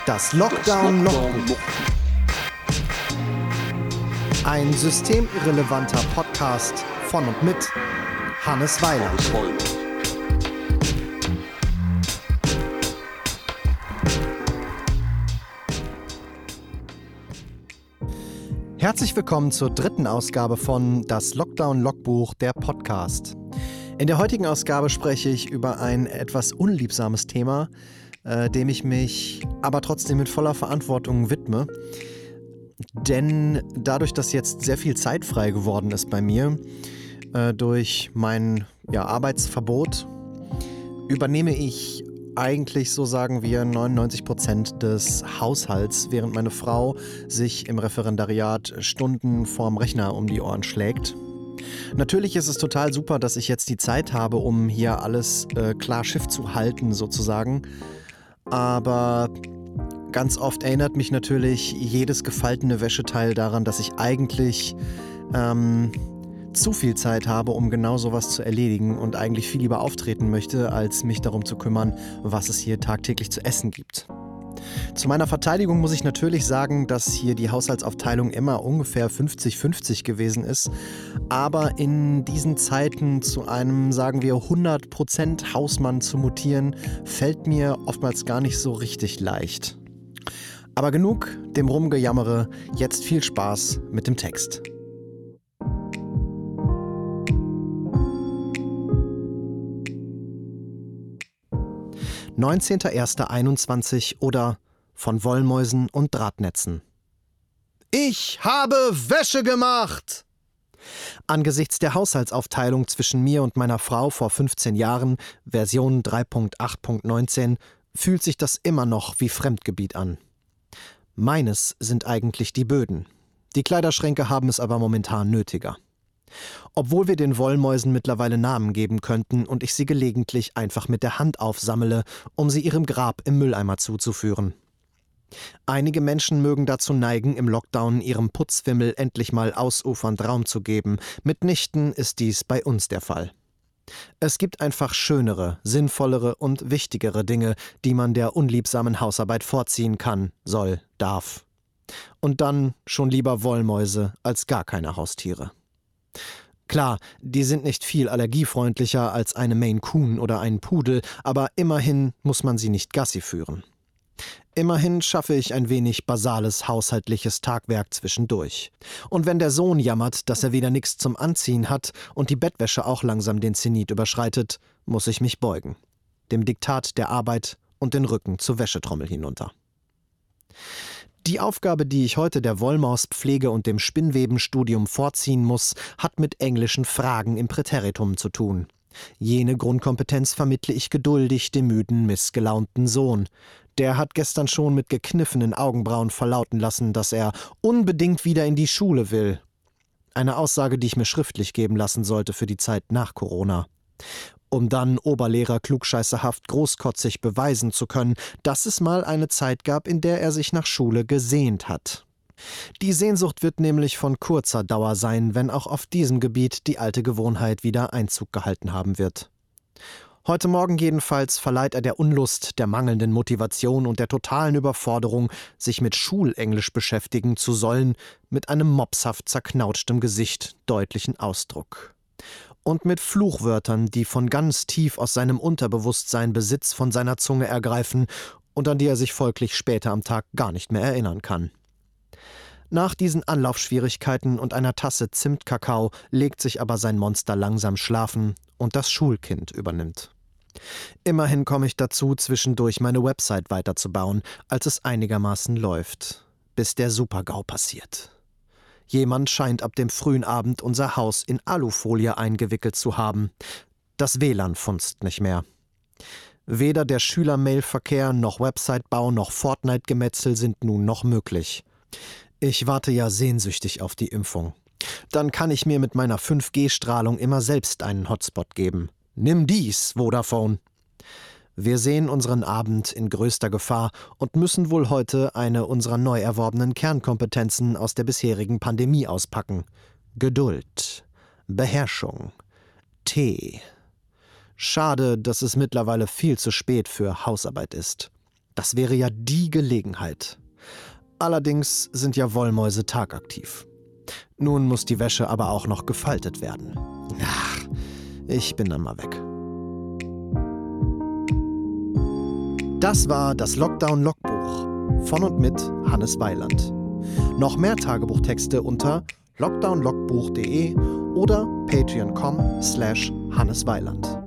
Das Lockdown-Logbuch. Ein systemirrelevanter Podcast von und mit Hannes Weiler. Herzlich willkommen zur dritten Ausgabe von Das Lockdown-Logbuch, der Podcast. In der heutigen Ausgabe spreche ich über ein etwas unliebsames Thema, dem ich mich aber trotzdem mit voller Verantwortung widme. Denn dadurch, dass jetzt sehr viel Zeit frei geworden ist bei mir, durch mein Arbeitsverbot, übernehme ich eigentlich, so sagen wir, 99% des Haushalts, während meine Frau sich im Referendariat Stunden vorm Rechner um die Ohren schlägt. Natürlich ist es total super, dass ich jetzt die Zeit habe, um hier alles klar Schiff zu halten, sozusagen. Aber ganz oft erinnert mich natürlich jedes gefaltene Wäscheteil daran, dass ich eigentlich zu viel Zeit habe, um genau sowas zu erledigen und eigentlich viel lieber auftreten möchte, als mich darum zu kümmern, was es hier tagtäglich zu essen gibt. Zu meiner Verteidigung muss ich natürlich sagen, dass hier die Haushaltsaufteilung immer ungefähr 50-50 gewesen ist, aber in diesen Zeiten zu einem, sagen wir, 100% Hausmann zu mutieren, fällt mir oftmals gar nicht so richtig leicht. Aber genug dem Rumgejammere, jetzt viel Spaß mit dem Text. 19.01.21 oder von Wollmäusen und Drahtnetzen. Ich habe Wäsche gemacht! Angesichts der Haushaltsaufteilung zwischen mir und meiner Frau vor 15 Jahren, Version 3.8.19, fühlt sich das immer noch wie Fremdgebiet an. Meines sind eigentlich die Böden. Die Kleiderschränke haben es aber momentan nötiger. Obwohl wir den Wollmäusen mittlerweile Namen geben könnten und ich sie gelegentlich einfach mit der Hand aufsammle, um sie ihrem Grab im Mülleimer zuzuführen. Einige Menschen mögen dazu neigen, im Lockdown ihrem Putzwimmel endlich mal ausufernd Raum zu geben. Mitnichten ist dies bei uns der Fall. Es gibt einfach schönere, sinnvollere und wichtigere Dinge, die man der unliebsamen Hausarbeit vorziehen kann, soll, darf. Und dann schon lieber Wollmäuse als gar keine Haustiere. Klar, die sind nicht viel allergiefreundlicher als eine Maine Coon oder ein Pudel, aber immerhin muss man sie nicht Gassi führen. Immerhin schaffe ich ein wenig basales haushaltliches Tagwerk zwischendurch. Und wenn der Sohn jammert, dass er wieder nichts zum Anziehen hat und die Bettwäsche auch langsam den Zenit überschreitet, muss ich mich beugen. Dem Diktat der Arbeit und den Rücken zur Wäschetrommel hinunter. Die Aufgabe, die ich heute der Wollmauspflege und dem Spinnwebenstudium vorziehen muss, hat mit englischen Fragen im Präteritum zu tun. Jene Grundkompetenz vermittle ich geduldig dem müden, missgelaunten Sohn. Der hat gestern schon mit gekniffenen Augenbrauen verlauten lassen, dass er unbedingt wieder in die Schule will. Eine Aussage, die ich mir schriftlich geben lassen sollte für die Zeit nach Corona. Um dann Oberlehrer klugscheißerhaft großkotzig beweisen zu können, dass es mal eine Zeit gab, in der er sich nach Schule gesehnt hat. Die Sehnsucht wird nämlich von kurzer Dauer sein, wenn auch auf diesem Gebiet die alte Gewohnheit wieder Einzug gehalten haben wird. Heute Morgen jedenfalls verleiht er der Unlust, der mangelnden Motivation und der totalen Überforderung, sich mit Schulenglisch beschäftigen zu sollen, mit einem mopshaft zerknautschtem Gesicht deutlichen Ausdruck. Und mit Fluchwörtern, die von ganz tief aus seinem Unterbewusstsein Besitz von seiner Zunge ergreifen und an die er sich folglich später am Tag gar nicht mehr erinnern kann. Nach diesen Anlaufschwierigkeiten und einer Tasse Zimtkakao legt sich aber sein Monster langsam schlafen und das Schulkind übernimmt. Immerhin komme ich dazu, zwischendurch meine Website weiterzubauen, als es einigermaßen läuft, bis der Super-GAU passiert. Jemand scheint ab dem frühen Abend unser Haus in Alufolie eingewickelt zu haben. Das WLAN funzt nicht mehr. Weder der Schülermailverkehr noch Websitebau noch Fortnite-Gemetzel sind nun noch möglich. Ich warte ja sehnsüchtig auf die Impfung. Dann kann ich mir mit meiner 5G-Strahlung immer selbst einen Hotspot geben. Nimm dies, Vodafone! Wir sehen unseren Abend in größter Gefahr und müssen wohl heute eine unserer neu erworbenen Kernkompetenzen aus der bisherigen Pandemie auspacken. Geduld, Beherrschung, Tee. Schade, dass es mittlerweile viel zu spät für Hausarbeit ist. Das wäre ja die Gelegenheit. Allerdings sind ja Wollmäuse tagaktiv. Nun muss die Wäsche aber auch noch gefaltet werden. Ach, ich bin dann mal weg. Das war das Lockdown-Logbuch von und mit Hannes Weiland. Noch mehr Tagebuchtexte unter lockdownlogbuch.de oder patreon.com/Hannes Weiland.